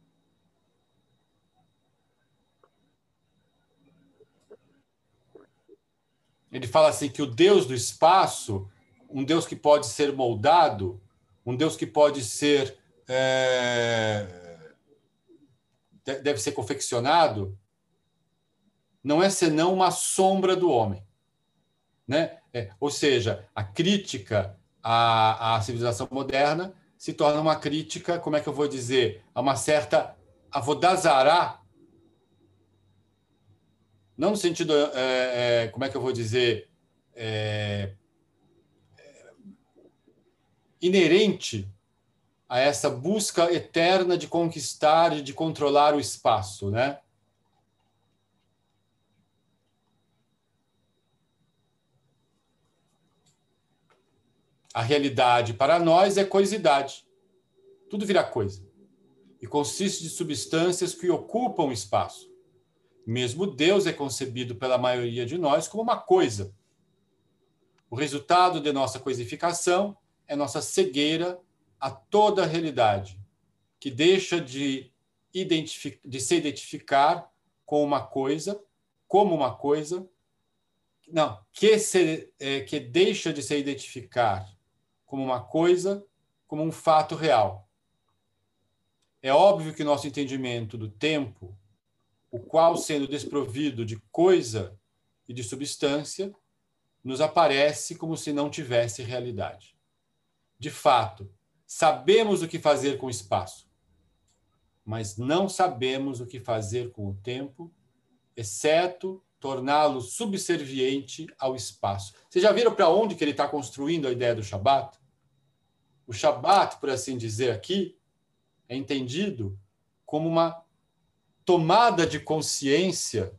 [SPEAKER 1] Ele fala assim que o Deus do espaço, um Deus que pode ser moldado, um Deus que pode ser é, deve ser confeccionado, não é senão uma sombra do homem, né? É, ou seja, a crítica à, à civilização moderna se torna uma crítica, como é que eu vou dizer, a uma certa avodazará, não no sentido, é, é, como é que eu vou dizer, é, é, inerente a essa busca eterna de conquistar e de controlar o espaço, né? A realidade para nós é coisidade. Tudo vira coisa. E consiste de substâncias que ocupam o espaço. Mesmo Deus é concebido pela maioria de nós como uma coisa. O resultado de nossa coisificação é nossa cegueira a toda a realidade, que deixa de, de se identificar com uma coisa, como uma coisa, não, que, se, é, que deixa de se identificar como uma coisa, como um fato real. É óbvio que nosso entendimento do tempo, o qual, sendo desprovido de coisa e de substância, nos aparece como se não tivesse realidade. De fato, sabemos o que fazer com o espaço, mas não sabemos o que fazer com o tempo, exceto torná-lo subserviente ao espaço. Vocês já viram para onde que ele está construindo a ideia do Shabat? O Shabat, por assim dizer aqui, é entendido como uma tomada de consciência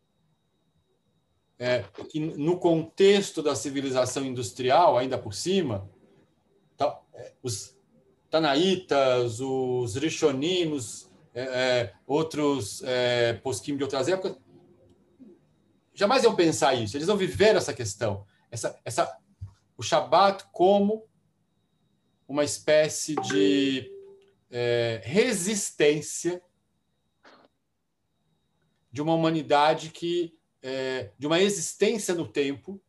[SPEAKER 1] é, que, no contexto da civilização industrial, ainda por cima, tá, é, os Tanaítas, os Rishonim, os, é, é, outros é, posquim de outras épocas, jamais iam pensar isso. Eles não viveram essa questão. Essa, essa, o Shabat como uma espécie de é, resistência de uma humanidade que é, de uma existência no tempo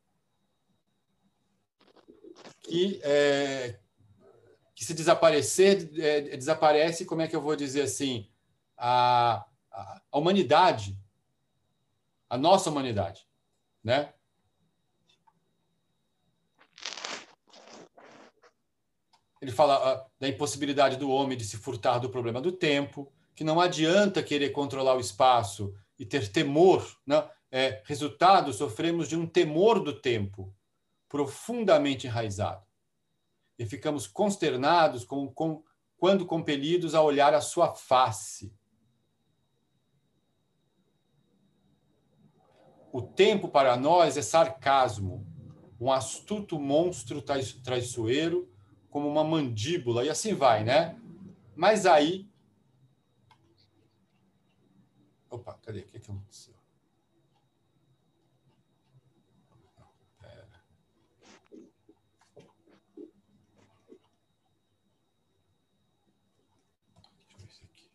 [SPEAKER 1] que é, que se desaparecer é, desaparece, como é que eu vou dizer assim, a, a, a humanidade, a nossa humanidade, né? Ele fala da impossibilidade do homem de se furtar do problema do tempo, que não adianta querer controlar o espaço e ter temor, né? É, resultado, sofremos de um temor do tempo profundamente enraizado. E ficamos consternados com, com, quando compelidos a olhar a sua face. O tempo para nós é sarcasmo, um astuto monstro traiçoeiro, como uma mandíbula, e assim vai, né? Mas aí... Opa, cadê? O que aconteceu? Pera. Deixa eu ver isso aqui.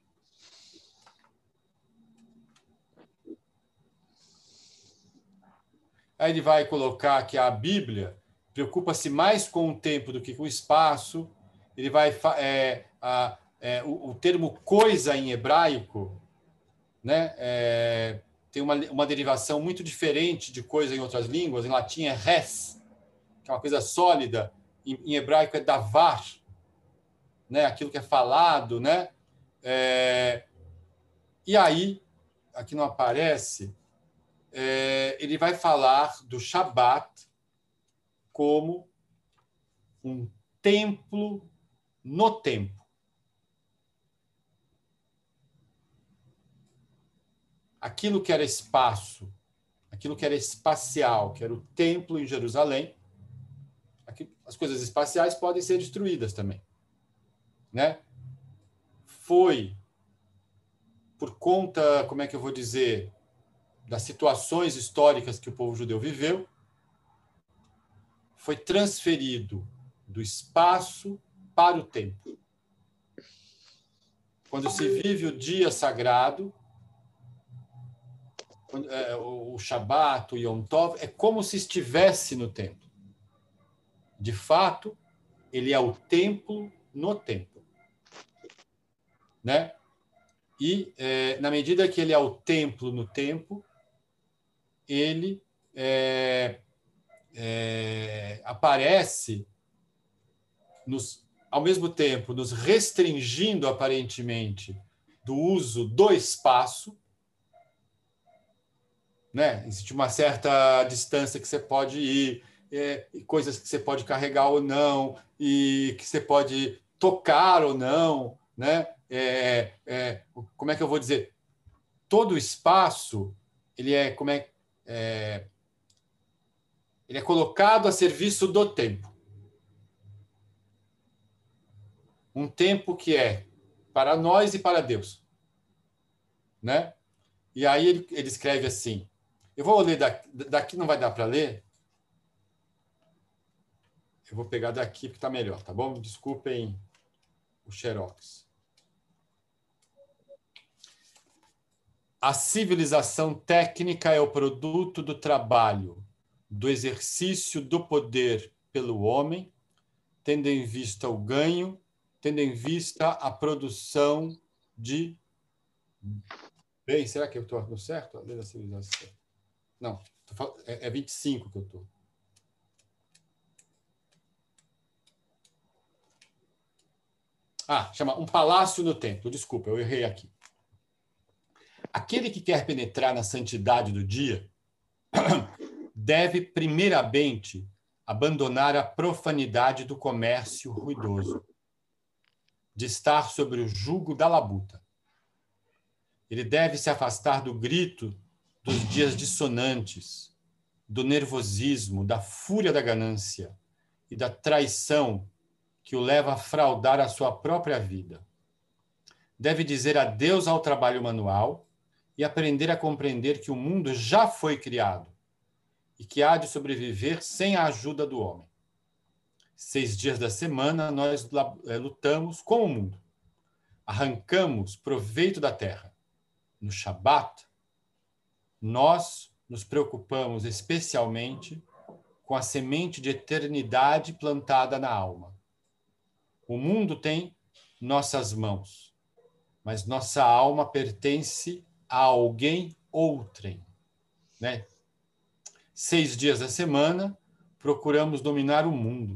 [SPEAKER 1] Aí ele vai colocar que a Bíblia preocupa-se mais com o tempo do que com o espaço. Ele vai é, a, é, o, o termo coisa em hebraico, né, é, tem uma, uma derivação muito diferente de coisa em outras línguas. Em latim é res, que é uma coisa sólida. Em, em hebraico é davar, né, aquilo que é falado, né? É, e aí, aqui não aparece, é, ele vai falar do Shabat como um templo no tempo. Aquilo que era espaço, aquilo que era espacial, que era o templo em Jerusalém, aqui, as coisas espaciais podem ser destruídas também, né? Foi por conta, como é que eu vou dizer, das situações históricas que o povo judeu viveu, foi transferido do espaço para o tempo. Quando se vive o dia sagrado, o Shabat, o Yom Tov, é como se estivesse no templo. De fato, ele é o templo no templo, né? E, é, na medida que ele é o templo no tempo, ele é, é, aparece, nos, ao mesmo tempo, nos restringindo, aparentemente, do uso do espaço, né? Existe uma certa distância que você pode ir, é, coisas que você pode carregar ou não, e que você pode tocar ou não, né? É, é, como é que eu vou dizer? Todo o espaço, ele é, como é, é, ele é colocado a serviço do tempo. Um tempo que é para nós e para Deus, né? E aí ele, ele escreve assim, eu vou ler daqui, daqui não vai dar para ler, eu vou pegar daqui porque está melhor, tá bom? Desculpem o xerox. A civilização técnica é o produto do trabalho, do exercício do poder pelo homem, tendo em vista o ganho, tendo em vista a produção de... Bem, será que eu estou no certo? A lei da civilização. Não, é vinte e cinco que eu estou. Ah, chama Um Palácio no Templo. Desculpa, eu errei aqui. Aquele que quer penetrar na santidade do dia deve, primeiramente, abandonar a profanidade do comércio ruidoso, de estar sobre o jugo da labuta. Ele deve se afastar do grito dos dias dissonantes, do nervosismo, da fúria da ganância e da traição que o leva a fraudar a sua própria vida. Deve dizer adeus ao trabalho manual e aprender a compreender que o mundo já foi criado e que há de sobreviver sem a ajuda do homem. Seis dias da semana nós lutamos com o mundo. Arrancamos proveito da terra. No Shabat, nós nos preocupamos especialmente com a semente de eternidade plantada na alma. O mundo tem nossas mãos, mas nossa alma pertence a alguém outrem, né? Seis dias da semana, procuramos dominar o mundo.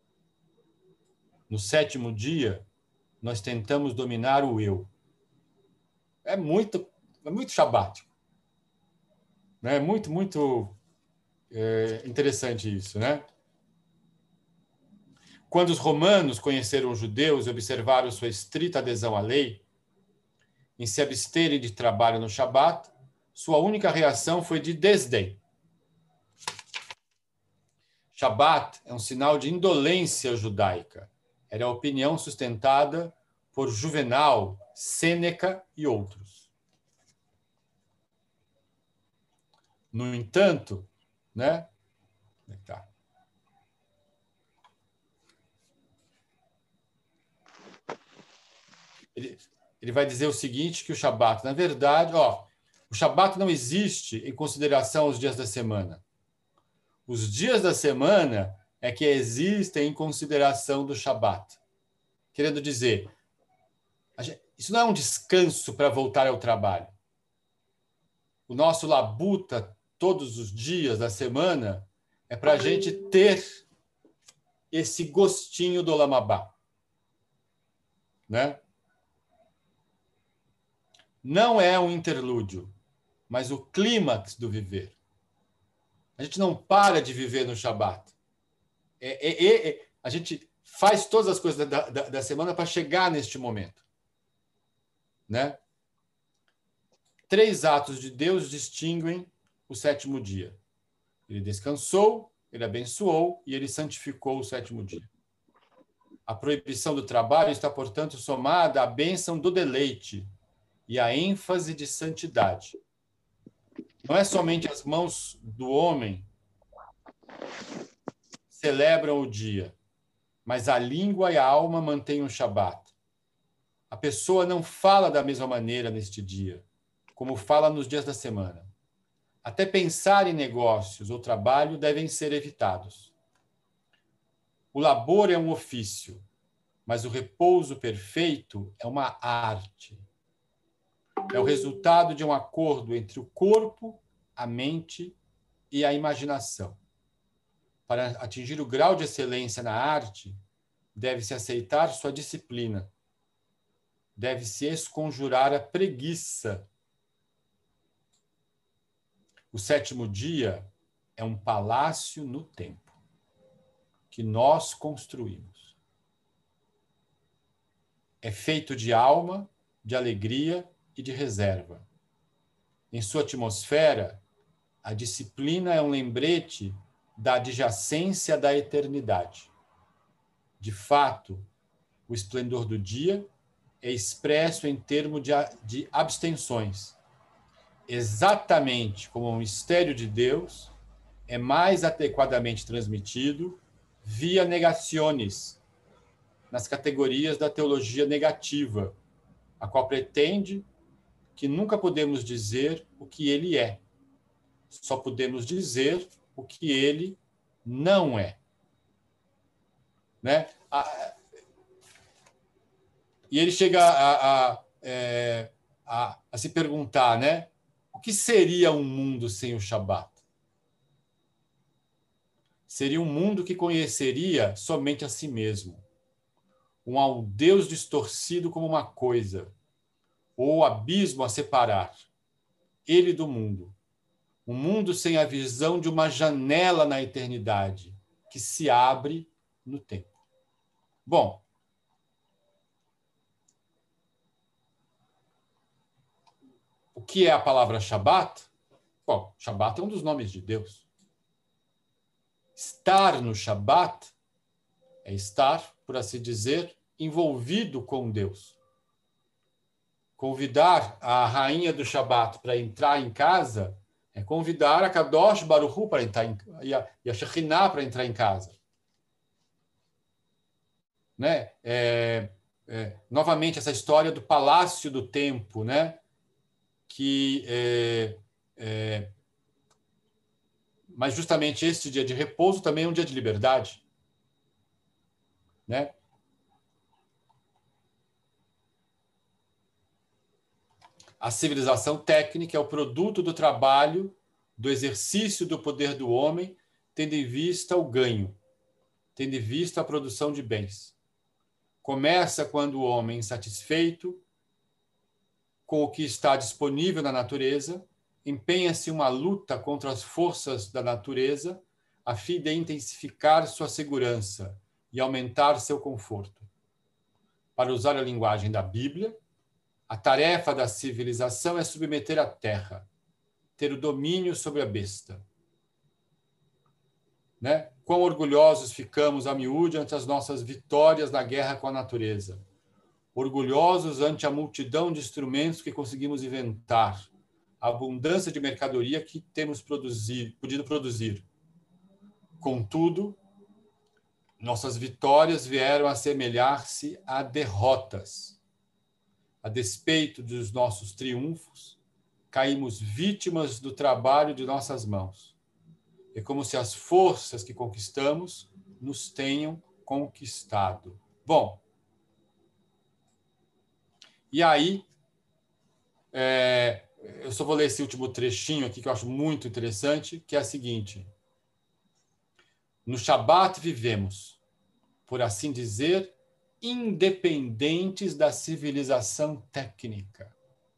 [SPEAKER 1] No sétimo dia, nós tentamos dominar o eu. É muito, é muito shabático. É muito, muito é, interessante isso, né? Quando os romanos conheceram os judeus e observaram sua estrita adesão à lei, em se absterem de trabalho no Shabat, sua única reação foi de desdém. Shabat é um sinal de indolência judaica. Era a opinião sustentada por Juvenal, Sêneca e outros. No entanto, né? Tá. Ele, ele vai dizer o seguinte, que o Shabat, na verdade, ó, o Shabat não existe em consideração aos dias da semana. Os dias da semana é que existem em consideração do Shabat. Querendo dizer, gente, isso não é um descanso para voltar ao trabalho. O nosso labuta todos os dias da semana é para a gente ter esse gostinho do Olam Habá, né? Não é um interlúdio, mas o clímax do viver. A gente não para de viver no Shabat. É, é, é, a gente faz todas as coisas da, da, da semana para chegar neste momento, né? Três atos de Deus distinguem o sétimo dia. Ele descansou, ele abençoou e ele santificou o sétimo dia. A proibição do trabalho está, portanto, somada à bênção do deleite e à ênfase de santidade. Não é somente as mãos do homem celebram o dia, mas a língua e a alma mantêm o Shabat. A pessoa não fala da mesma maneira neste dia, como fala nos dias da semana. Até pensar em negócios ou trabalho devem ser evitados. O labor é um ofício, mas o repouso perfeito é uma arte. É o resultado de um acordo entre o corpo, a mente e a imaginação. Para atingir o grau de excelência na arte, deve-se aceitar sua disciplina. Deve-se esconjurar a preguiça. O sétimo dia é um palácio no tempo que nós construímos. É feito de alma, de alegria e de reserva. Em sua atmosfera, a disciplina é um lembrete da adjacência da eternidade. De fato, o esplendor do dia é expresso em termos de, de abstenções, exatamente como o mistério de Deus é mais adequadamente transmitido via negaciones, nas categorias da teologia negativa, a qual pretende que nunca podemos dizer o que ele é, só podemos dizer o que ele não é. Né? A, e ele chega a, a, é, a, a se perguntar, né? O que seria um mundo sem o Shabat? Seria um mundo que conheceria somente a si mesmo, um Deus distorcido como uma coisa, ou abismo a separar ele do mundo, Um mundo sem a visão de uma janela na eternidade, que se abre no tempo. Bom, o que é a palavra Shabat? Bom, Shabat é um dos nomes de Deus. Estar no Shabat é estar, por assim dizer, envolvido com Deus. Convidar a rainha do Shabat para entrar em casa é convidar a Kadosh Baruch Hu para entrar em, e a, e a Shekhinah para entrar em casa. Né? É, é, novamente, essa história do palácio do tempo, né? Que é, é, mas justamente este dia de repouso também é um dia de liberdade, né? A civilização técnica é o produto do trabalho, do exercício do poder do homem, tendo em vista o ganho, tendo em vista a produção de bens. Começa quando o homem, insatisfeito com o que está disponível na natureza, empenha-se em uma luta contra as forças da natureza a fim de intensificar sua segurança e aumentar seu conforto. Para usar a linguagem da Bíblia, a tarefa da civilização é submeter a terra, ter o domínio sobre a besta. Né? Quão orgulhosos ficamos a miúde ante as nossas vitórias na guerra com a natureza. Orgulhosos ante a multidão de instrumentos que conseguimos inventar, a abundância de mercadoria que temos produzir, podido produzir. Contudo, nossas vitórias vieram a semelhar-se a derrotas. A despeito dos nossos triunfos, caímos vítimas do trabalho de nossas mãos. É como se as forças que conquistamos nos tenham conquistado. Bom, e aí, é, eu só vou ler esse último trechinho aqui que eu acho muito interessante, que é a seguinte. No Shabat vivemos, por assim dizer, independentes da civilização técnica.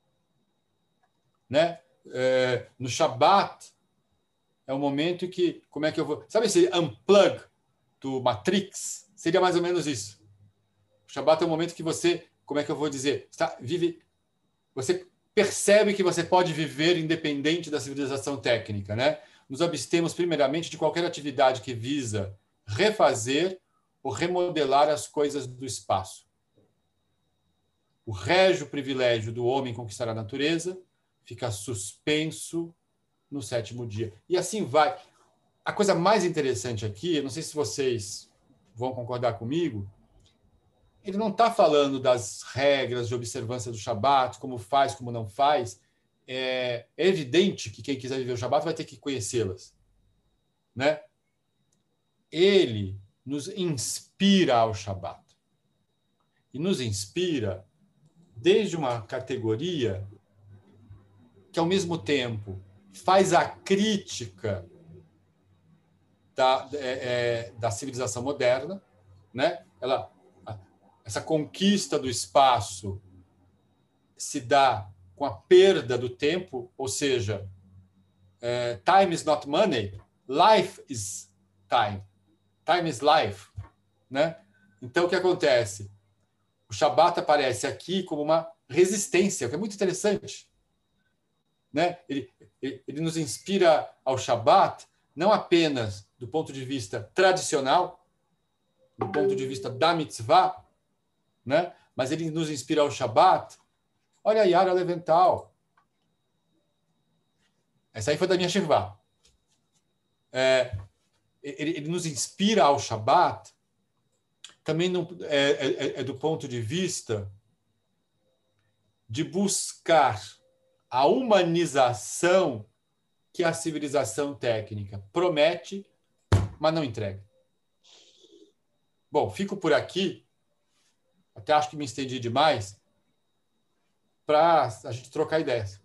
[SPEAKER 1] Né? É, no Shabat, é o momento que, como é que eu vou... Sabe esse unplug do Matrix? Seria mais ou menos isso. O Shabat é o momento que você, como é que eu vou dizer? Está, vive, você percebe que você pode viver independente da civilização técnica. Né? Nos abstemos, primeiramente, de qualquer atividade que visa refazer ou remodelar as coisas do espaço. O régio privilégio do homem conquistar a natureza fica suspenso no sétimo dia. E assim vai. A coisa mais interessante aqui, eu não sei se vocês vão concordar comigo, ele não está falando das regras de observância do Shabat, como faz, como não faz. É, é evidente que quem quiser viver o Shabat vai ter que conhecê-las. Né? Ele nos inspira ao Shabat. E nos inspira desde uma categoria que, ao mesmo tempo, faz a crítica da, é, é, da civilização moderna, né? Ela, essa conquista do espaço se dá com a perda do tempo, ou seja, é, time is not money, life is time. Time is life. Né? Então, o que acontece? O Shabat aparece aqui como uma resistência, o que é muito interessante. Né? Ele, ele, ele nos inspira ao Shabat não apenas do ponto de vista tradicional, do ponto de vista da mitzvah, né? Mas ele nos inspira ao Shabat. Olha a Yara Leventhal. Essa aí foi da minha Shirvá. É, ele, ele nos inspira ao Shabat também no, é, é, é do ponto de vista de buscar a humanização que a civilização técnica promete, mas não entrega. Bom, fico por aqui. Até acho que me estendi demais para a gente trocar ideias.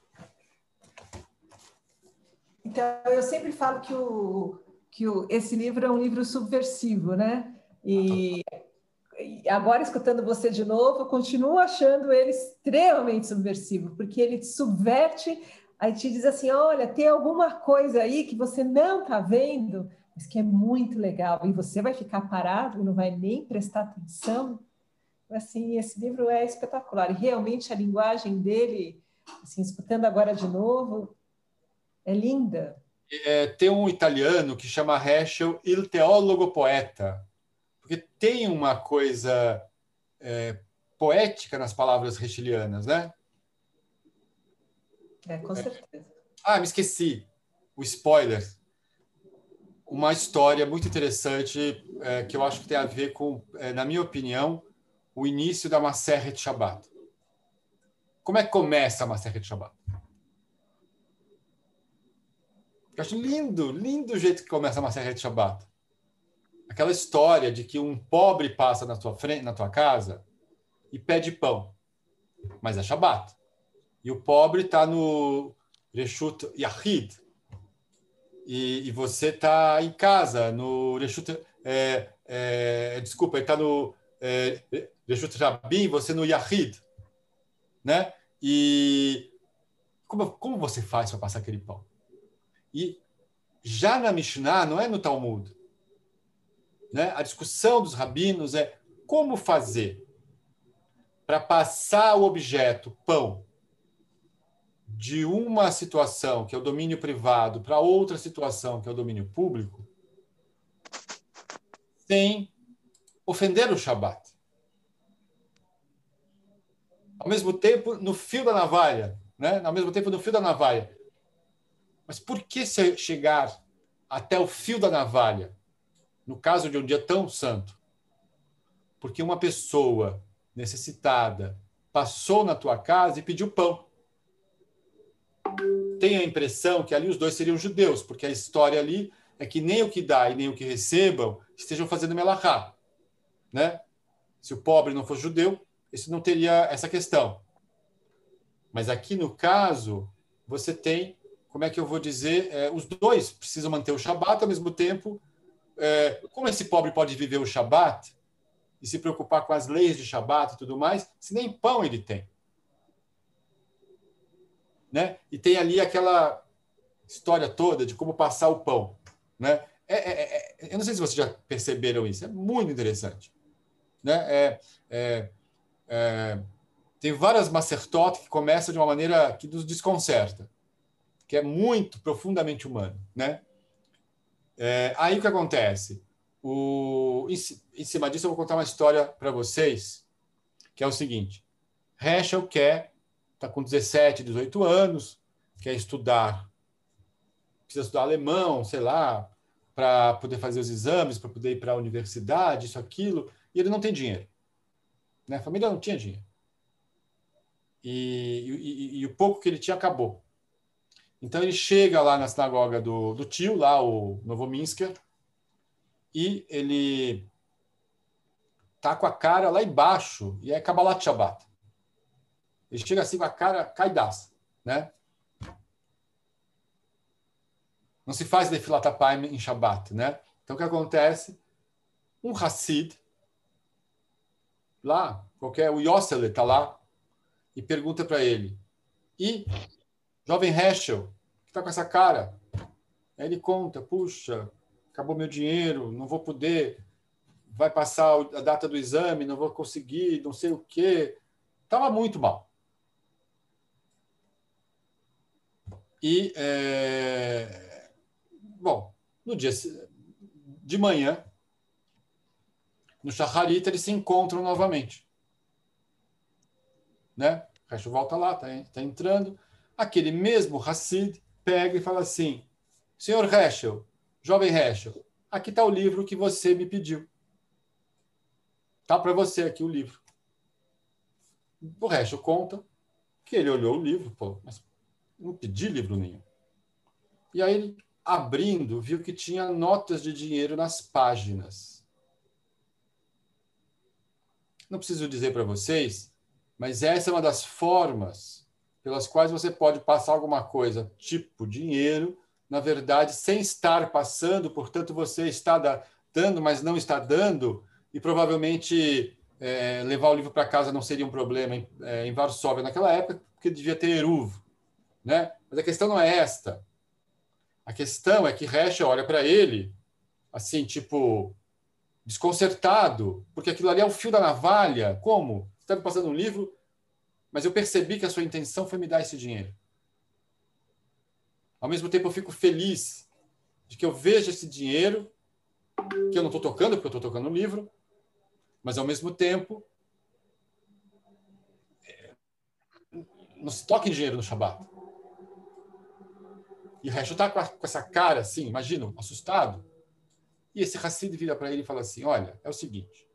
[SPEAKER 4] Então, eu sempre falo que, o, que o, esse livro é um livro subversivo, né? E agora, escutando você de novo, eu continuo achando ele extremamente subversivo, porque ele subverte aí te diz assim, olha, tem alguma coisa aí que você não está vendo, mas que é muito legal, e você vai ficar parado e não vai nem prestar atenção. Assim, esse livro é espetacular, e realmente a linguagem dele, assim, escutando agora de novo, é linda.
[SPEAKER 1] É, tem um italiano que chama Heschel il teólogo poeta, porque tem uma coisa é, poética nas palavras heschelianas, né?
[SPEAKER 4] É, com certeza.
[SPEAKER 1] Ah, me esqueci. O spoiler. Uma história muito interessante é, que eu acho que tem a ver com, é, na minha opinião, o início da Maseret Shabbat. Como é que começa a Maseret Shabbat? Eu acho lindo, lindo o jeito que começa a Maseret Shabbat. Aquela história de que um pobre passa na tua frente, na tua casa e pede pão, mas é Shabbat. E o pobre está no Reshut Yahid, e, e você está em casa, no Reshut... É, é, desculpa, ele está no é, Reshut Rabin, você no Yahid. Né? E como, como você faz para passar aquele pão? E já na Mishnah, não é no Talmud, né? A discussão dos rabinos é como fazer para passar o objeto, pão, de uma situação, que é o domínio privado, para outra situação, que é o domínio público, sem ofender o Shabat. Ao mesmo tempo, no fio da navalha, né? Ao mesmo tempo, no fio da navalha. Mas por que chegar até o fio da navalha, no caso de um dia tão santo? Porque uma pessoa necessitada passou na tua casa e pediu pão. Tenho a impressão que ali os dois seriam judeus, porque a história ali é que nem o que dá e nem o que recebam estejam fazendo melachá, né? Se o pobre não fosse judeu, isso não teria essa questão. Mas aqui no caso, você tem, como é que eu vou dizer, é, os dois precisam manter o Shabat ao mesmo tempo. É, como esse pobre pode viver o Shabat e se preocupar com as leis de Shabat e tudo mais, se nem pão ele tem? Né? E tem ali aquela história toda de como passar o pão. Né? É, é, é, eu não sei se vocês já perceberam isso, é muito interessante. Né? É, é, é, tem várias Masertot que começam de uma maneira que nos desconcerta, que é muito profundamente humano. Né? É, aí o que acontece? O, em, em cima disso, eu vou contar uma história para vocês, que é o seguinte. Heschel quer, está com dezessete, dezoito anos, quer estudar, precisa estudar alemão, sei lá, para poder fazer os exames, para poder ir para a universidade, isso, aquilo, e ele não tem dinheiro. Né? A família não tinha dinheiro. E, e, e, e o pouco que ele tinha acabou. Então ele chega lá na sinagoga do, do tio, lá o Novominsker, e ele tá com a cara lá embaixo, e é Kabbalat Shabbat. Ele chega assim com a cara caidaça, né? Não se faz Nefilat Apayim em Shabbat, né? Então o que acontece? Um Hassid, lá, qualquer, o Yossele está lá, e pergunta para ele, e jovem Heschel, que está com essa cara? Aí ele conta, puxa, acabou meu dinheiro, não vou poder, vai passar a data do exame, não vou conseguir, não sei o quê. Estava muito mal. E, é... bom, no dia de manhã, no Shacharit, eles se encontram novamente. Né? O Heschel volta lá, está tá entrando. Aquele mesmo Hassid pega e fala assim, senhor Heschel, jovem Heschel, aqui está o livro que você me pediu. Está para você aqui o livro. O Heschel conta que ele olhou o livro, pô, mas não pedi livro nenhum. E aí ele, abrindo, viu que tinha notas de dinheiro nas páginas. Não preciso dizer para vocês, mas essa é uma das formas pelas quais você pode passar alguma coisa, tipo dinheiro, na verdade, sem estar passando, portanto, você está dando, mas não está dando, e provavelmente é, levar o livro para casa não seria um problema em, é, em Varsóvia naquela época, porque devia ter eruv, né? Mas a questão não é esta. A questão é que Heschel olha para ele, assim, tipo, desconcertado, porque aquilo ali é o fio da navalha. Como? Você está me passando um livro, mas eu percebi que a sua intenção foi me dar esse dinheiro. Ao mesmo tempo, eu fico feliz de que eu veja esse dinheiro, que eu não estou tocando, porque eu estou tocando o livro, mas, ao mesmo tempo, não se toca em dinheiro no Shabat. E o Heschel está com essa cara assim, imagina, assustado. E esse Hassid vira para ele e fala assim, olha, é o seguinte,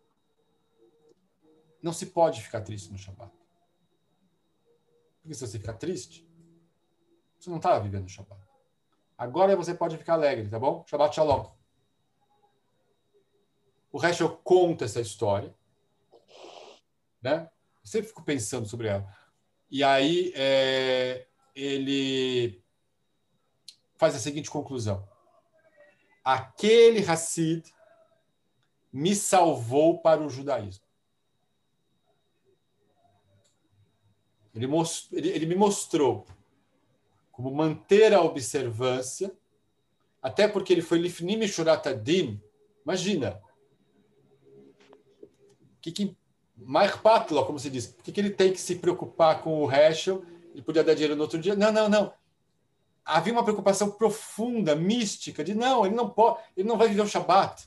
[SPEAKER 1] não se pode ficar triste no Shabat. Porque se você ficar triste, você não está vivendo o Shabat. Agora você pode ficar alegre, tá bom? Shabbat Shalom. O Heschel conta essa história, né? Eu sempre fico pensando sobre ela. E aí é, ele faz a seguinte conclusão. Aquele Hassid me salvou para o judaísmo. Ele, most, ele, ele me mostrou como manter a observância, até porque ele foi Lifnim Mishurat Adin. Imagina. Que que Mairpatlo, como se diz, por que, que ele tem que se preocupar com o Heschel? Ele podia dar dinheiro no outro dia? Não, não, não. Havia uma preocupação profunda, mística, de não, ele não pode, ele não vai viver o Shabat.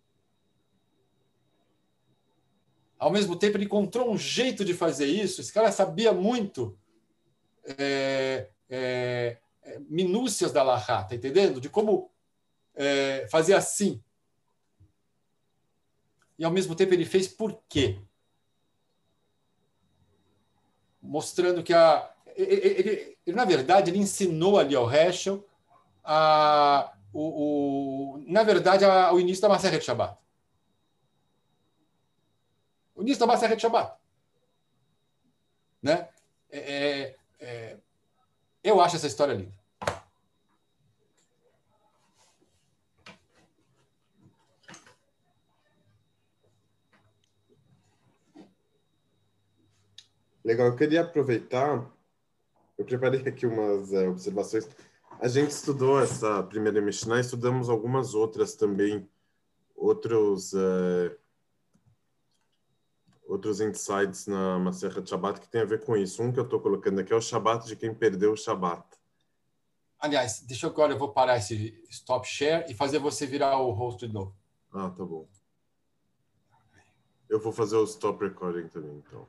[SPEAKER 1] Ao mesmo tempo, ele encontrou um jeito de fazer isso. Esse cara sabia muito é, é, é, minúcias da Lahá, tá entendendo? De como é, fazer assim. E, ao mesmo tempo, ele fez por quê? Mostrando que a... Ele, ele, ele, na verdade, ele ensinou ali ao Heschel a, o, o, na verdade, a, o início da Maseret Shabbat. O início da Maseret Shabbat. Né? É, é, eu acho essa história linda.
[SPEAKER 2] Legal, eu queria aproveitar, eu preparei aqui umas é, observações. A gente estudou essa primeira Mishnah, estudamos algumas outras também, outros, é, outros insights na Masechet Shabbat que tem a ver com isso. Um que eu estou colocando aqui é o Shabbat de quem perdeu o Shabbat.
[SPEAKER 1] Aliás, deixa eu agora, eu vou parar esse stop share e fazer você virar o host de novo.
[SPEAKER 2] Ah, tá bom. Eu vou fazer o stop recording também, então.